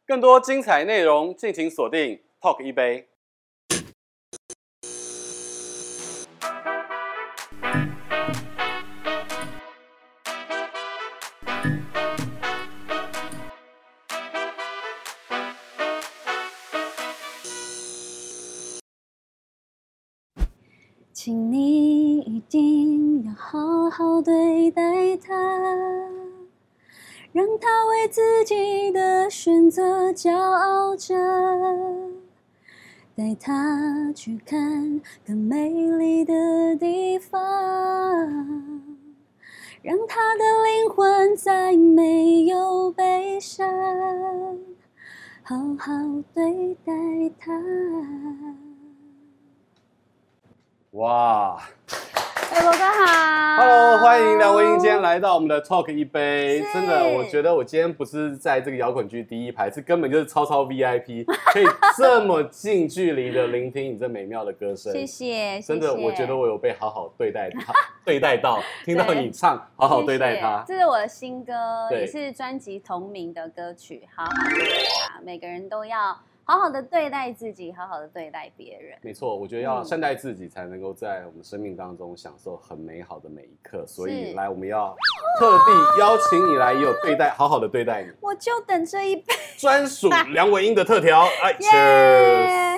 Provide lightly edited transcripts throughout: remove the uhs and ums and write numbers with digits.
更多精彩内容，敬请锁定 Talk 一杯。 请你一定要好好对待他，让他为自己的选择骄傲着，带他去看更美丽的地方，让他的灵魂再没有悲伤，好好对待他。 哇！ 罗哥好 ，Hello， 欢迎梁文音今天来到我们的 Talk 一杯。真的，我觉得我今天不是在这个摇滚区第一排，是根本就是超 VIP， 可以这么近距离的聆听你这美妙的歌声。 谢谢， 真的，我觉得我有被好好对待到，听到你唱，好好对待他。 这是我的新歌， 对， 也是专辑同名的歌曲，好好对待他。每个人都要好好的对待自己，好好的对待别人。 没错，我觉得要善待自己，才能够在我们生命当中享受很美好的每一刻。所以来，我们要特地邀请你来，也有好好的对待你。 我就等这一杯专属梁文音的特调，来 ，Cheers！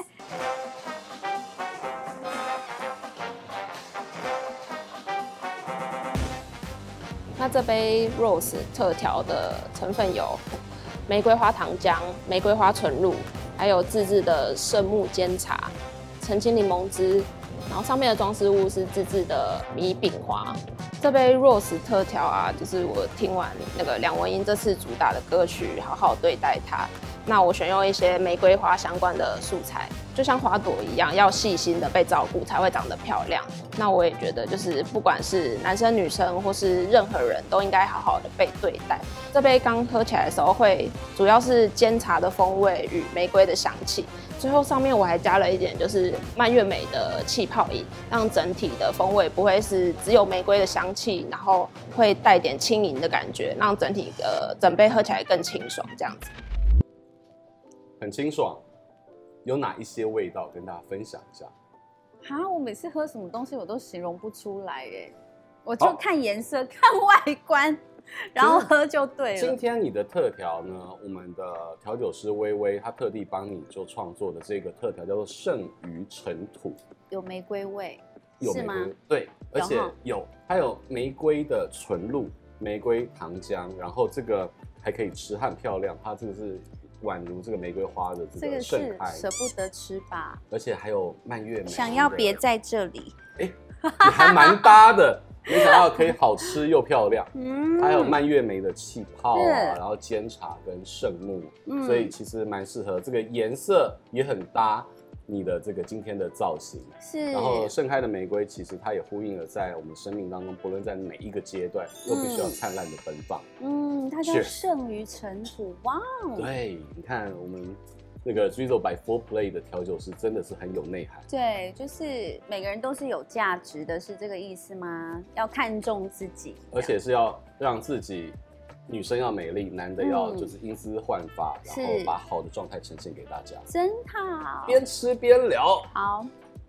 那这杯 Rose 特调的成分有玫瑰花糖浆、玫瑰花纯露，还有自制的圣木煎茶、澄清柠檬汁，然后上面的装饰物是自制的米饼花。这杯 Rose 特调啊，就是我听完那个梁文音这次主打的歌曲《好好对待他》，那我选用一些玫瑰花相关的素材，就像花朵一样，要细心的被照顾才会长得漂亮。那我也觉得，就是不管是男生女生或是任何人都应该好好的被对待。这杯刚喝起来的时候，会主要是煎茶的风味与玫瑰的香气，最后上面我还加了一点就是蔓越莓的气泡饮，让整体的风味不会是只有玫瑰的香气，然后会带点轻盈的感觉，让整体整杯喝起来更清爽，这样子。 很清爽，有哪一些味道跟大家分享一下？ 我每次喝什么东西我都形容不出来耶，我就看颜色、看外观，然后喝就对了。 今天你的特调呢，我们的调酒师微微他特地帮你就创作的这个特调叫做圣鱼尘土， 有玫瑰味， 有玫瑰， 是吗？ 对，而且它有玫瑰的纯露、玫瑰糖浆，然后这个还可以吃，很漂亮，它这个是宛如这个玫瑰花的这个盛开， 舍不得吃吧？ 而且还有蔓越莓， 想要别在这里， 你还蛮搭的。没想到可以好吃又漂亮，它还有蔓越莓的气泡啊，然后煎茶跟圣木，所以其实蛮适合。这个颜色也很搭你的这个今天的造型， 是。 然后盛开的玫瑰，其实它也呼应了在我们生命当中，不论在每一个阶段，都必须要灿烂的奔放。 它叫圣鱼尘土，哇哦！ 对，你看我们那个 Drizzle by 4Play 的调酒师真的是很有内涵。 对，就是每个人都是有价值的，是这个意思吗？要看重自己， 而且是要让自己女生要美丽，男的要就是英姿焕发，然后把好的状态呈现给大家。 真好， 边吃边聊。 好，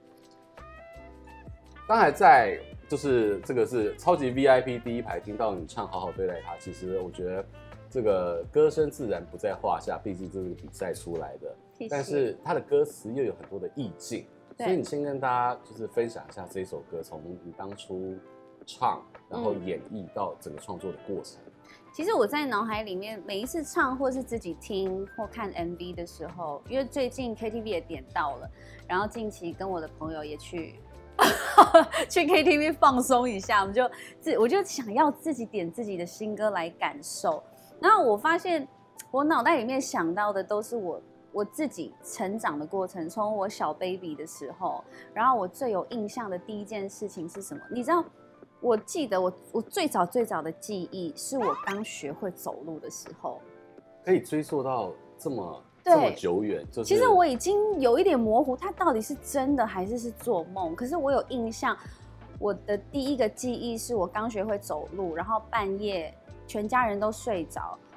刚才在就是这个是超级 VIP 第一排听到你唱《好好对待他》，其实我觉得这个歌声自然不在话下，毕竟这是比赛出来的。 谢谢。 但是它的歌词又有很多的意境，所以你先跟大家就是分享一下这首歌，从你当初唱，然后演绎到整个创作的过程。 其实我在脑海里面每一次唱或是自己听或看 MV 的时候，因为最近 KTV 也点到了，然后近期跟我的朋友也去KTV 放松一下，我就想要自己点自己的新歌来感受。然后我发现我脑袋里面想到的都是我自己成长的过程，从我小 baby 的时候，然后我最有印象的第一件事情是什么？你知道，我记得我最早的记忆是我刚学会走路的时候， 可以追溯到这么久远。就是其实我已经有一点模糊，它到底是真的还是做梦？可是我有印象，我的第一个记忆是我刚学会走路，然后半夜全家人都睡着，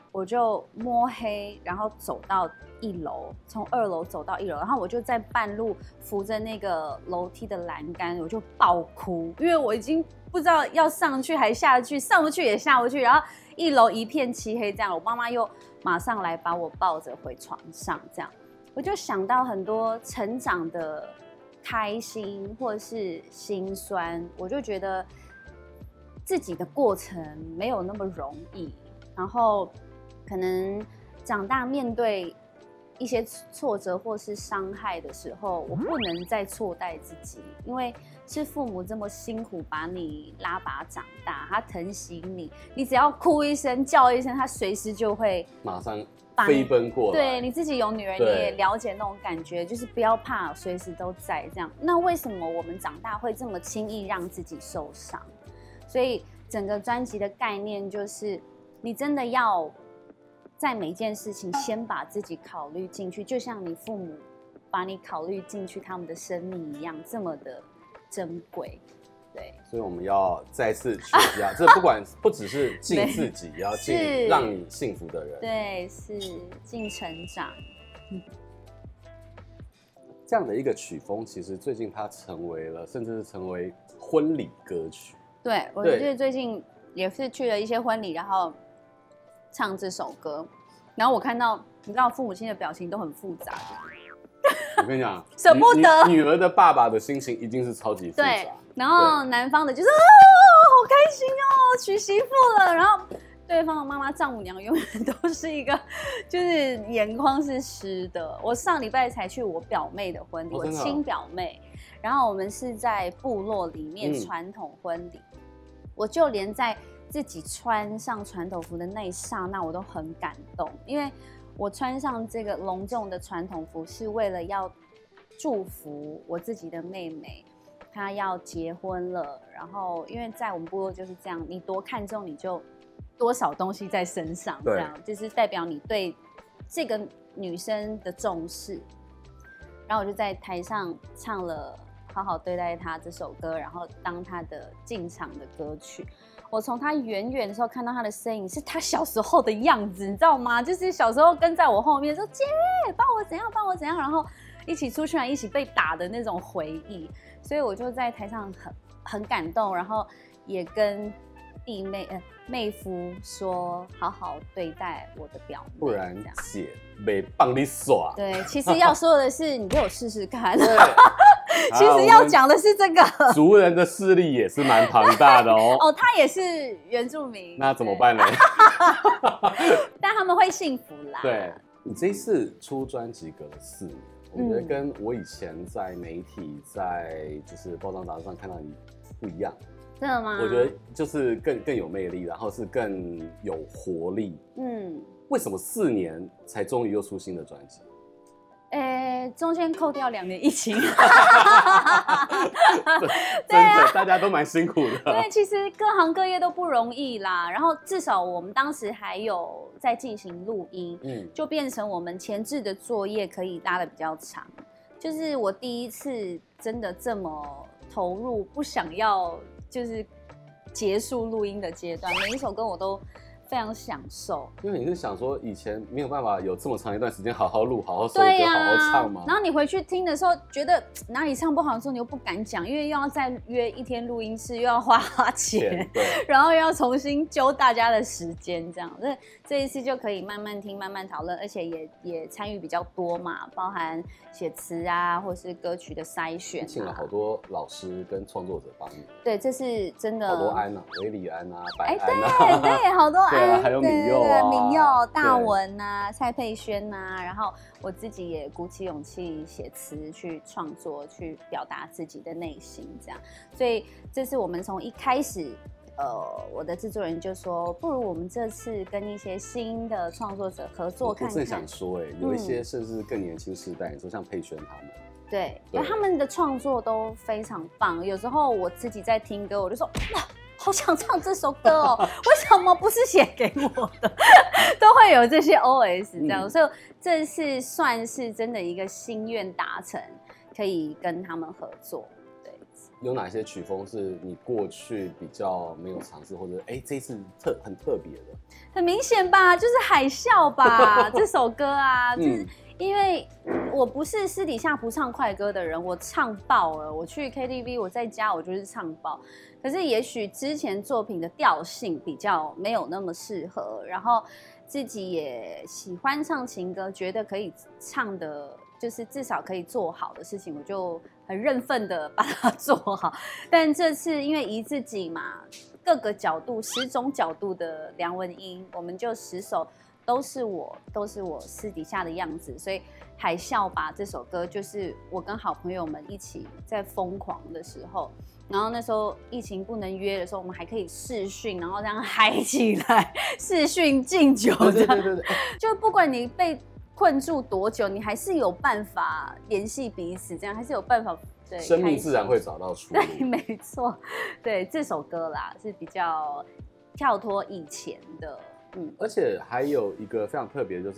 我就摸黑，然后走到1楼，从2楼走到1楼，然后我就在半路扶着那个楼梯的栏杆，我就爆哭，因为我已经不知道要上去还下去，上不去也下不去，然后1楼一片漆黑，这样我妈妈又马上来把我抱着回床上，这样我就想到很多成长的开心或者是心酸，我就觉得自己的过程没有那么容易，然后可能长大面对一些挫折或是伤害的时候，我不能再错待自己，因为是父母这么辛苦把你拉拔长大，他疼惜你，你只要哭一声叫一声，他随时就会马上飞奔过来。 对，你自己有女儿，你也了解那种感觉，就是不要怕，随时都在这样。那为什么我们长大会这么轻易让自己受伤？所以整个专辑的概念就是，你真的要在每件事情先把自己考虑进去，就像你父母把你考虑进去他们的生命一样，这么的珍贵。对， 所以我们要再次学习啊，这不只是敬自己，也要敬让你幸福的人。 对，是敬成长。 这样的一个曲风，其实最近它成为了，甚至是成为婚礼歌曲。 对，我觉得最近也是去了一些婚礼，然后唱这首歌，然后我看到，你知道父母亲的表情都很复杂。 我跟你讲， 舍不得女儿的爸爸的心情一定是超级复杂。 对，然后男方的就是好开心哦，娶媳妇了，然后对方的妈妈丈母娘永远都是一个就是眼眶是湿的。我上礼拜才去我表妹的婚礼，我亲表妹，然后我们是在部落里面传统婚礼，我就连在自己穿上传统服的那一刹那，我都很感动，因为我穿上这个隆重的传统服是为了要祝福我自己的妹妹，她要结婚了。然后因为在我们部落就是这样，你多看重你就多少东西在身上，这样就是代表你对这个女生的重视。然后我就在台上唱了《好好对待她》这首歌，然后当她的进场的歌曲。我从她远远的时候看到她的身影，是她小时候的样子，你知道吗？就是小时候跟在我后面说姐，帮我怎样，帮我怎样，然后一起出去玩，一起被打的那种回忆。所以我就在台上很感动，然后也跟弟妹夫说，好好对待我的表妹， 不然姐没帮你耍。 对，其实要说的是，你给我试试看。其实要讲的是这个， 族人的势力也是蛮庞大的哦。 哦，他也是原住民， 那怎么办呢？ 但他们会幸福啦。 对，你这一次出专辑隔了4年，我觉得跟我以前在媒体、在就是报章杂志上看到你不一样。 真的吗？ 我觉得就是更有魅力，然后是更有活力。为什么4年才终于又出新的专辑？ 中间扣掉2年疫情， 真的，大家都蛮辛苦的。 对，其实各行各业都不容易啦。然后至少我们当时还有在进行录音，就变成我们前置的作业可以拉得比较长。就是我第一次真的这么投入，不想要就是结束录音的阶段，每一首歌我都非常享受。 因为你是想说以前没有办法有这么长一段时间好好录、好好收歌、好好唱吗？ 然后你回去听的时候，觉得哪里唱不好的时候，你又不敢讲，因为又要再约1天录音室，又要花钱，然后又要重新揪大家的时间，这样。这一次就可以慢慢听、慢慢讨论，而且也参与比较多嘛，包含写词啊，或是歌曲的筛选。 请了好多老师跟创作者帮你。 对，这是真的。 好多安啊，韦礼安啊，白安啊， 对，好多安。 对啊，还有敏佑啊， 敏佑、大文啊，蔡佩轩啊，然后我自己也鼓起勇气写词去创作，去表达自己的内心，这样。所以这是我们从一开始，我的制作人就说，不如我们这次跟一些新的创作者合作看看。 我正想说，有一些甚至更年轻世代，你说像佩轩他们。 对，因为他们的创作都非常棒。有时候我自己在听歌，我就说哇，好想唱这首歌哦，为什么不是写给我的？都会有这些 OS 这样，所以这是算是真的一个心愿达成，可以跟他们合作。对， 有哪些曲风是你过去比较没有尝试，或者这一次很特别的？ 很明显吧，就是海啸吧这首歌啊，就是因为我不是私底下不唱快歌的人，我唱爆了。我去 KTV， 我在家我就是唱爆。可是也许之前作品的调性比较没有那么适合，然后自己也喜欢唱情歌，觉得可以唱的，就是至少可以做好的事情，我就很认份的把它做好。但这次因为宜自己嘛，各个角度10种角度的梁文音，我们就10首都是我私底下的样子，所以海啸吧这首歌就是我跟好朋友们一起在疯狂的时候，然后那时候疫情不能约的时候，我们还可以视讯，然后这样嗨起来，视讯敬酒这样，对，就不管你被困住多久，你还是有办法联系彼此，这样还是有办法。对， 生命自然会找到出路。 对，没错，对这首歌啦是比较跳脱以前的。 而且还有一个非常特别，就是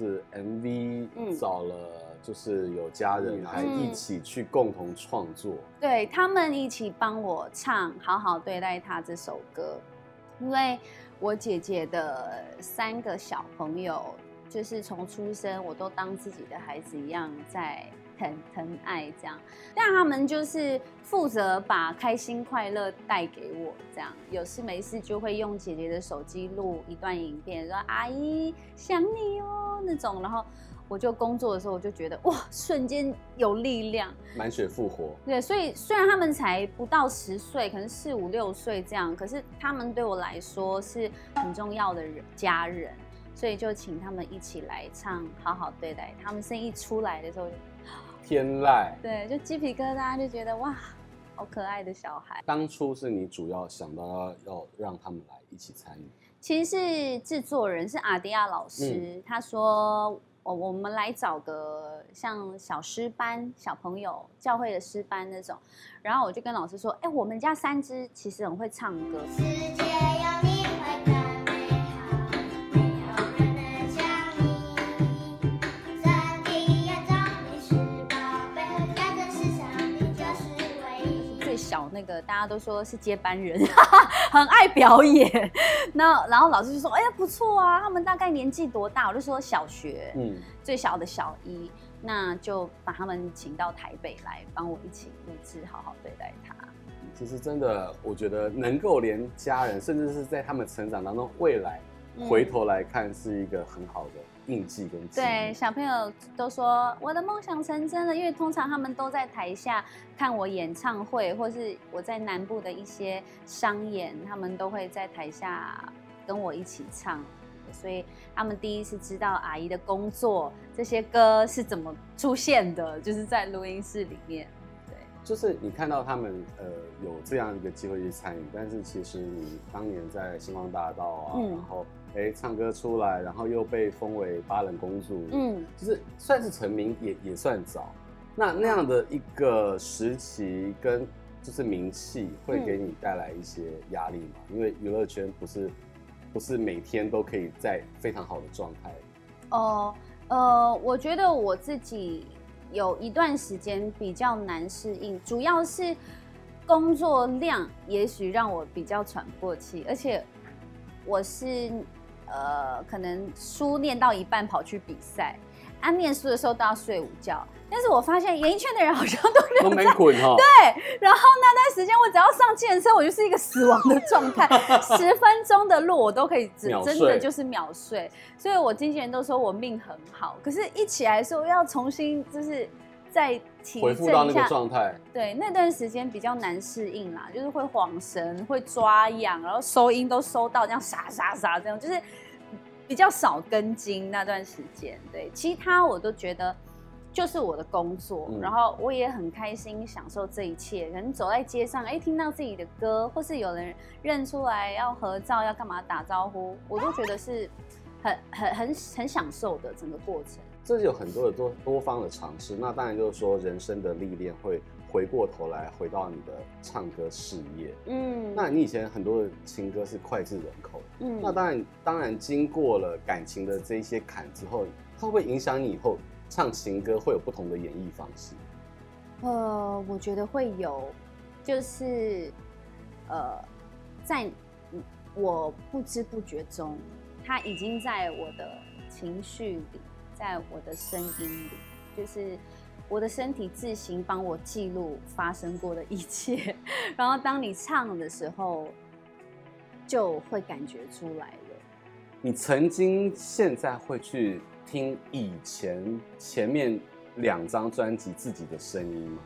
MV 找了就是有家人还一起去共同创作， 对他们一起帮我唱《好好对待他》这首歌，因为我姐姐的3个小朋友，就是从出生我都当自己的孩子一样在疼爱这样，但他们就是负责把开心快乐带给我，这样有事没事就会用姐姐的手机录一段影片，说阿姨想你哦那种，然后我就工作的时候我就觉得哇，瞬间有力量，满血复活。 对，所以虽然他们才不到10岁，可能4、5、6岁这样，可是他们对我来说是很重要的家人，所以就请他们一起来唱《好好对待他》。他们声音一出来的时候就天籁， 对，就鸡皮疙瘩，就觉得哇，好可爱的小孩。 当初是你主要想到要让他们来一起参与？ 其实是制作人是阿迪亚老师，他说我们来找个像小诗班、小朋友教会的诗班那种，然后我就跟老师说，我们家3只其实很会唱歌。世界有你会更美好，没有人能像你，在你眼中你是宝贝，在这世上你就是唯一。最小那个大家都说是接班人，很爱表演。然后老师就说，不错啊，他们大概年纪多大？我就说小学，最小的小1，那就把他们请到台北来帮我一起录制，好好对待他。 其实真的，我觉得能够连家人，甚至是在他们成长当中未来回头来看，是一个很好的印记跟记忆。 对，小朋友都说我的梦想成真了，因为通常他们都在台下看我演唱会，或是我在南部的一些商演，他们都会在台下跟我一起唱，所以他们第一次知道阿姨的工作，这些歌是怎么出现的，就是在录音室里面。对， 就是你看到他们有这样一个机会去参与，但是其实你当年在星光大道啊，然后唱歌出来，然后又被封为8人公主，就是算是成名也算早。那样的一个时期跟就是名气，会给你带来一些压力吗？因为娱乐圈不是每天都可以在非常好的状态。 我觉得我自己有一段时间比较难适应，主要是工作量也许让我比较喘不过气，而且我是可能书念到一半跑去比赛，念书的时候都要睡午觉。但是我发现演艺圈的人好像都没捆哈。 对，然后那段时间我只要上计程车，我就是一个死亡的状态，10分钟的路我都可以真的就是秒睡。所以我经纪人都说我命很好，可是一起来的时候要重新就是再恢复到那个状态。 对，那段时间比较难适应啦，就是会晃神，会抓痒，然后收音都收到这样沙这样，就是比较少根筋那段时间。对，其他我都觉得就是我的工作，然后我也很开心享受这一切。可能走在街上，听到自己的歌，或是有人认出来要合照，要干嘛打招呼，我都觉得是很享受的整个过程。 这是有很多的多方的尝试，那当然就是说人生的历练会回过头来回到你的唱歌事业。那你以前很多的情歌是脍炙人口，那当然经过了感情的这一些坎之后，它会不会影响你以后唱情歌会有不同的演绎方式？ 我觉得会有， 就是在我不知不觉中，它已经在我的情绪里，在我的声音里，就是我的身体自行帮我记录发生过的一切，然后当你唱的时候，就会感觉出来了。 你曾经现在会去听以前面2张专辑自己的声音吗？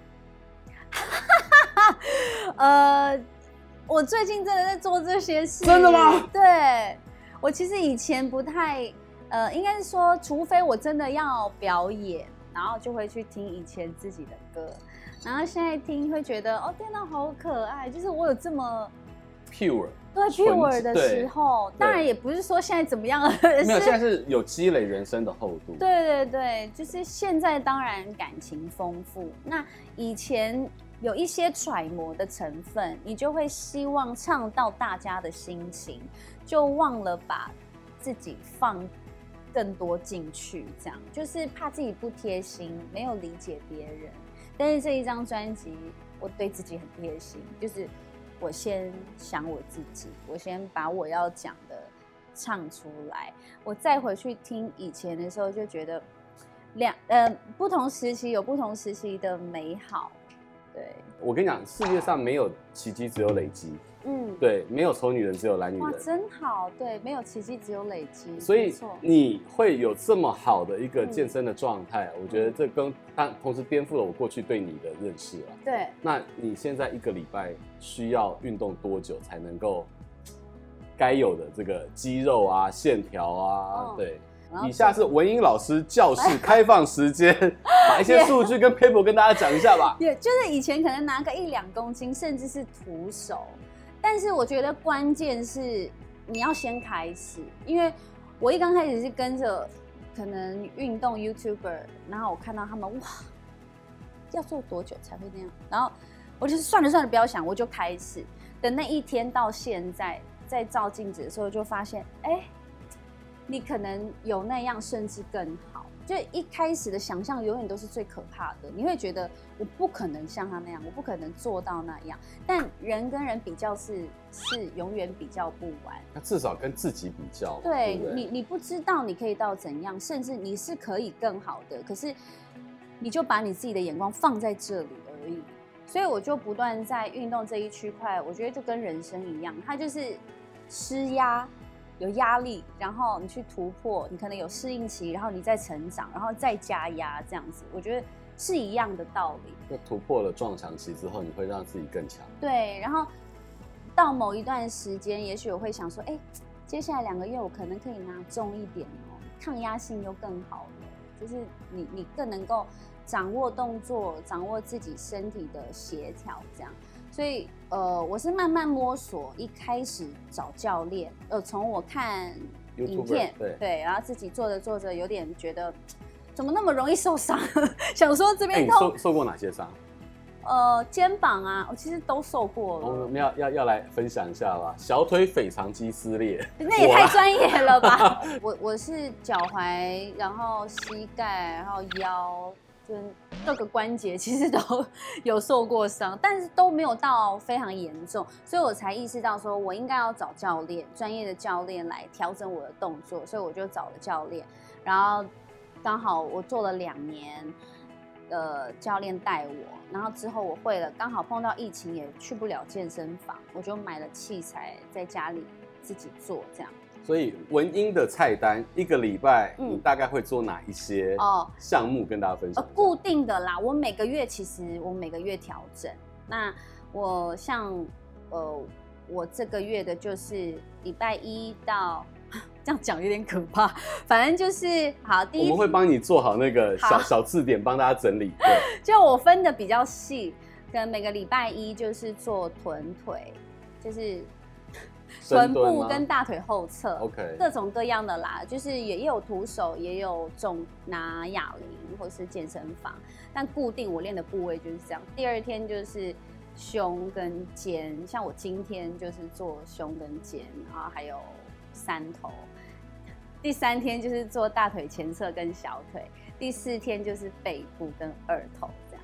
我最近真的在做这些事。 真的吗？ 对，我其实以前不太，应该是说，除非我真的要表演，然后就会去听以前自己的歌，然后现在听会觉得，哦，天哪，好可爱，就是我有这么 pure。 对 pure 的时候，当然也不是说现在怎么样了， 没有，现在是有积累人生的厚度。 对对对，就是现在当然感情丰富，那以前有一些揣摩的成分，你就会希望唱到大家的心情，就忘了把自己放更多进去，这样就是怕自己不贴心，没有理解别人。但是这一张专辑，我对自己很贴心，就是我先想我自己，我先把我要讲的唱出来，我再回去听以前的时候，就觉得不同时期有不同时期的美好。对， 我跟你讲，世界上没有奇迹，只有累积。对，没有丑女人，只有懒女人。 哇，真好。对，没有奇迹，只有累积。 所以你会有这么好的一个健身的状态，我觉得这跟同时颠覆了我过去对你的认识啊。 对。 那你现在1个礼拜需要运动多久才能够该有的这个肌肉啊、线条啊？对。以下是文英老师教室开放时间，把一些数据跟 paper 跟大家讲一下吧。 也就是以前可能拿个1-2公斤，甚至是徒手，但是我觉得关键是你要先开始，因为我一刚开始是跟着可能运动 YouTuber， 然后我看到他们哇，要做多久才会那样，然后我就是算了不要想，我就开始。等那一天到现在，在照镜子的时候就发现，你可能有那样，甚至更好。就一开始的想象永远都是最可怕的，你会觉得我不可能像他那样，我不可能做到那样。但人跟人比较是永远比较不完。 那至少跟自己比较。 对，你不知道你可以到怎样，甚至你是可以更好的，可是你就把你自己的眼光放在这里而已。所以我就不断在运动这一区块，我觉得就跟人生一样，它就是施压。有压力，然后你去突破，你可能有适应期，然后你再成长，然后再加压，这样子，我觉得是一样的道理。 就突破了撞墙期之后，你会让自己更强。 对，然后到某一段时间，也许我会想说，接下来2个月我可能可以拿重一点哦，抗压性又更好了，就是你更能够掌握动作，掌握自己身体的协调，这样。所以我是慢慢摸索，一开始找教练，从我看影片，对，然后自己做着有点觉得怎么那么容易受伤，想说这边你受过哪些伤？ 肩膀啊，我其实都受过了。 我们要来分享一下吧。小腿腓肠肌撕裂， 那也太专业了吧？我是脚踝，然后膝盖，然后腰。各个关节其实都有受过伤，但是都没有到非常严重，所以我才意识到说我应该要找教练，专业的教练来调整我的动作，所以我就找了教练，然后刚好我做了2年，教练带我，然后之后我会了，刚好碰到疫情也去不了健身房，我就买了器材在家里自己做这样。 所以文英的菜单1个礼拜，你大概会做哪一些项目跟大家分享？ 固定的啦，我每个月调整。那我像我这个月的就是礼拜1到，这样讲有点可怕，反正就是好。第一， 我们会帮你做好那个小字典，帮大家整理。对， 就我分的比较细，跟每个礼拜1就是做臀腿，就是臀部跟大腿后侧 ，OK， 各种各样的啦，就是也有徒手，也有拿哑铃或是健身房，但固定我练的部位就是这样。第2天就是胸跟肩，像我今天就是做胸跟肩，然后还有3头。第3天就是做大腿前侧跟小腿，第4天就是背部跟2头这样。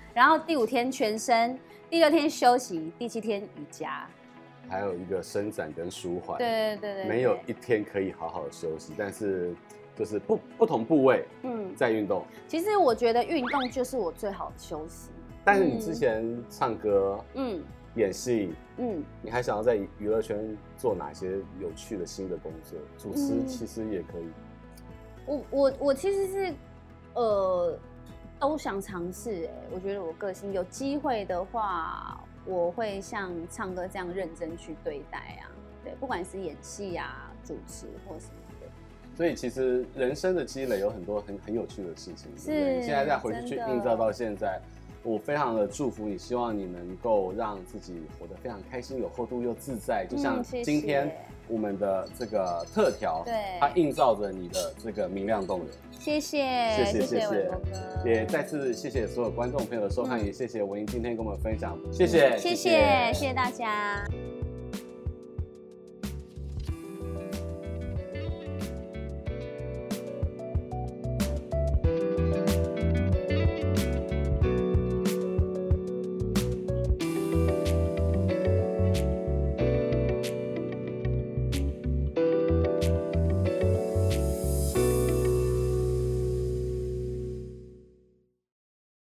然后第5天全身，第6天休息，第7天瑜伽。 还有一个伸展跟舒缓， 对， 没有一天可以好好的休息，但是就是不同部位在运动。 其实我觉得运动就是我最好的休息。 但是你之前唱歌，演戏，你还想要在娱乐圈做哪些有趣的新的工作？主持其实也可以。 我其实是都想尝试。我觉得我个性有机会的话，我会像唱歌这样认真去对待啊。对，不管是演戏啊、主持或什么的。 所以其实人生的积累有很多很有趣的事情，对不对？你现在再回去映照到现在。我非常的祝福你，希望你能够让自己活得非常开心、有厚度又自在。就像今天我们的这个特调，它映照着你的这个明亮动人。 谢谢， 也再次谢谢所有观众朋友的收看，也谢谢文英今天跟我们分享，谢谢大家。